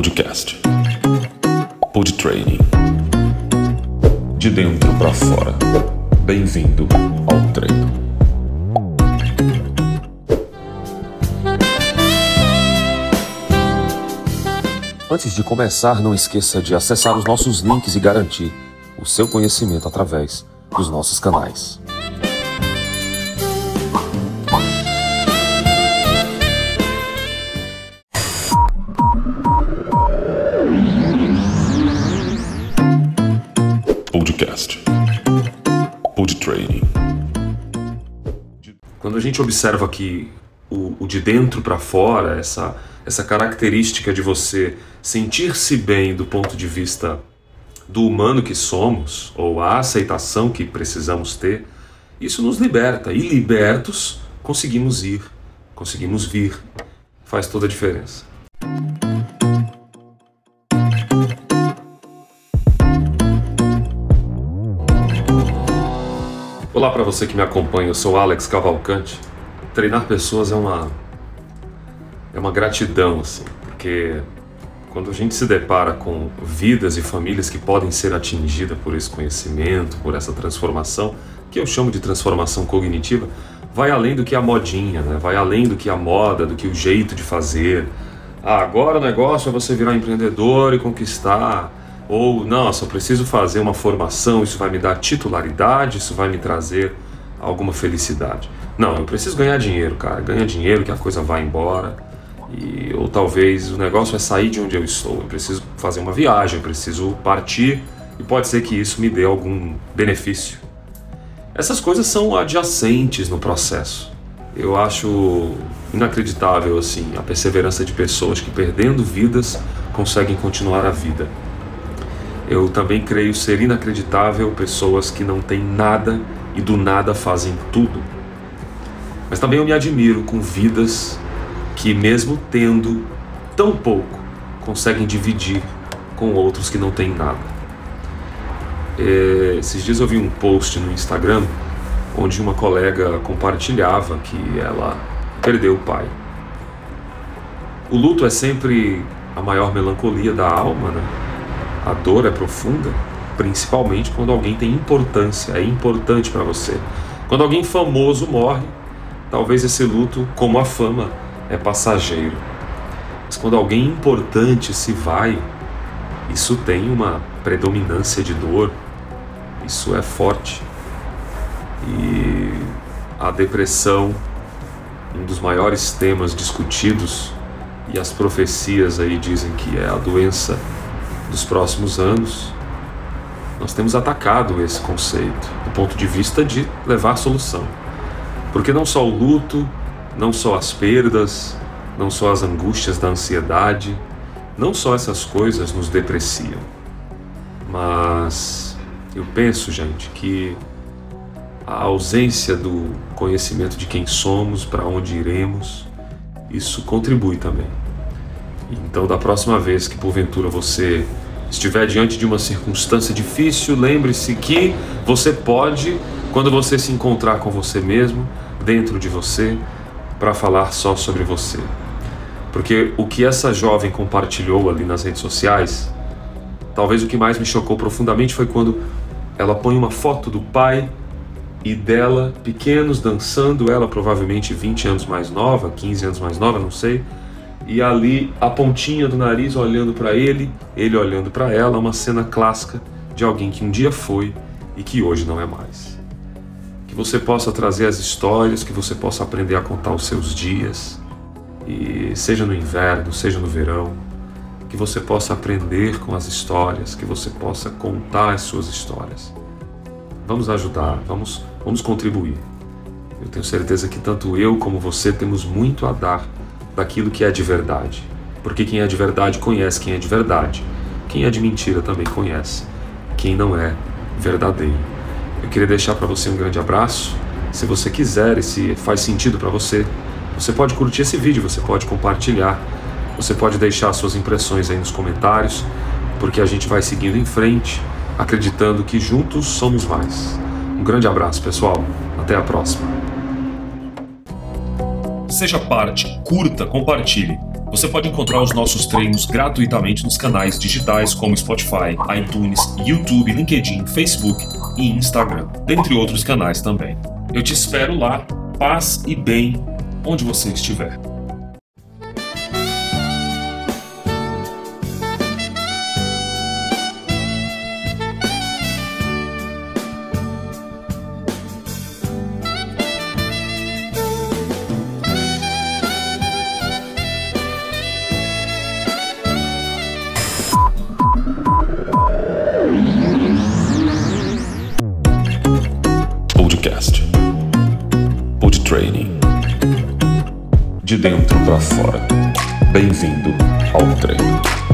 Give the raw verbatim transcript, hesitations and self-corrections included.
Podcast. Pod Training. De dentro para fora. Bem-vindo ao treino. Antes de começar, não esqueça de acessar os nossos links e garantir o seu conhecimento através dos nossos canais. Podcast. Pod Training. Quando a gente observa que o, o de dentro para fora, essa, essa característica de você sentir-se bem do ponto de vista do humano que somos, ou a aceitação que precisamos ter, isso nos liberta. E libertos, conseguimos ir, conseguimos vir. Faz toda a diferença. Olá para você que me acompanha, eu sou Alex Cavalcante. Treinar pessoas é uma é uma gratidão, assim, porque quando a gente se depara com vidas e famílias que podem ser atingidas por esse conhecimento, por essa transformação, que eu chamo de transformação cognitiva, vai além do que a modinha, né? Vai além do que a moda, do que o jeito de fazer. Ah, agora o negócio é você virar empreendedor e conquistar. Ou, nossa, eu preciso fazer uma formação, isso vai me dar titularidade, isso vai me trazer alguma felicidade. Não, eu preciso ganhar dinheiro, cara. Ganha dinheiro que a coisa vai embora. E, ou talvez o negócio é sair de onde eu estou. Eu preciso fazer uma viagem, eu preciso partir e pode ser que isso me dê algum benefício. Essas coisas são adjacentes no processo. Eu acho inacreditável, assim, a perseverança de pessoas que, perdendo vidas, conseguem continuar a vida. Eu também creio ser inacreditável pessoas que não têm nada e do nada fazem tudo. Mas também eu me admiro com vidas que, mesmo tendo tão pouco, conseguem dividir com outros que não têm nada. É, esses dias eu vi um post no Instagram onde uma colega compartilhava que ela perdeu o pai. O luto é sempre a maior melancolia da alma, né? A dor é profunda, principalmente quando alguém tem importância, é importante para você. Quando alguém famoso morre, talvez esse luto, como a fama, é passageiro. Mas quando alguém importante se vai, isso tem uma predominância de dor, isso é forte. E a depressão, um dos maiores temas discutidos, e as profecias aí dizem que é a doença dos próximos anos, nós temos atacado esse conceito do ponto de vista de levar solução. Porque não só o luto, não só as perdas, não só as angústias da ansiedade, não só essas coisas nos depreciam. Mas eu penso, gente, que a ausência do conhecimento de quem somos, para onde iremos, isso contribui também. Então, da próxima vez que porventura você estiver diante de uma circunstância difícil, lembre-se que você pode, quando você se encontrar com você mesmo, dentro de você, para falar só sobre você. Porque o que essa jovem compartilhou ali nas redes sociais, talvez o que mais me chocou profundamente foi quando ela põe uma foto do pai e dela, pequenos, dançando, ela provavelmente vinte anos mais nova, quinze anos mais nova, não sei, e ali a pontinha do nariz olhando para ele, ele olhando para ela, uma cena clássica de alguém que um dia foi e que hoje não é mais. Que você possa trazer as histórias, que você possa aprender a contar os seus dias, e seja no inverno, seja no verão, que você possa aprender com as histórias, que você possa contar as suas histórias. Vamos ajudar, vamos, vamos contribuir. Eu tenho certeza que tanto eu como você temos muito a dar daquilo que é de verdade, porque quem é de verdade conhece quem é de verdade, quem é de mentira também conhece quem não é verdadeiro. Eu queria deixar para você um grande abraço. Se você quiser e se faz sentido para você, você pode curtir esse vídeo, você pode compartilhar, você pode deixar suas impressões aí nos comentários, porque a gente vai seguindo em frente, acreditando que juntos somos mais. Um grande abraço, pessoal, até a próxima. Seja parte, curta, compartilhe. Você pode encontrar os nossos treinos gratuitamente nos canais digitais como Spotify, iTunes, YouTube, LinkedIn, Facebook e Instagram, dentre outros canais também. Eu te espero lá, paz e bem, onde você estiver. Podcast. Pod Training. De dentro para fora. Bem-vindo ao treino.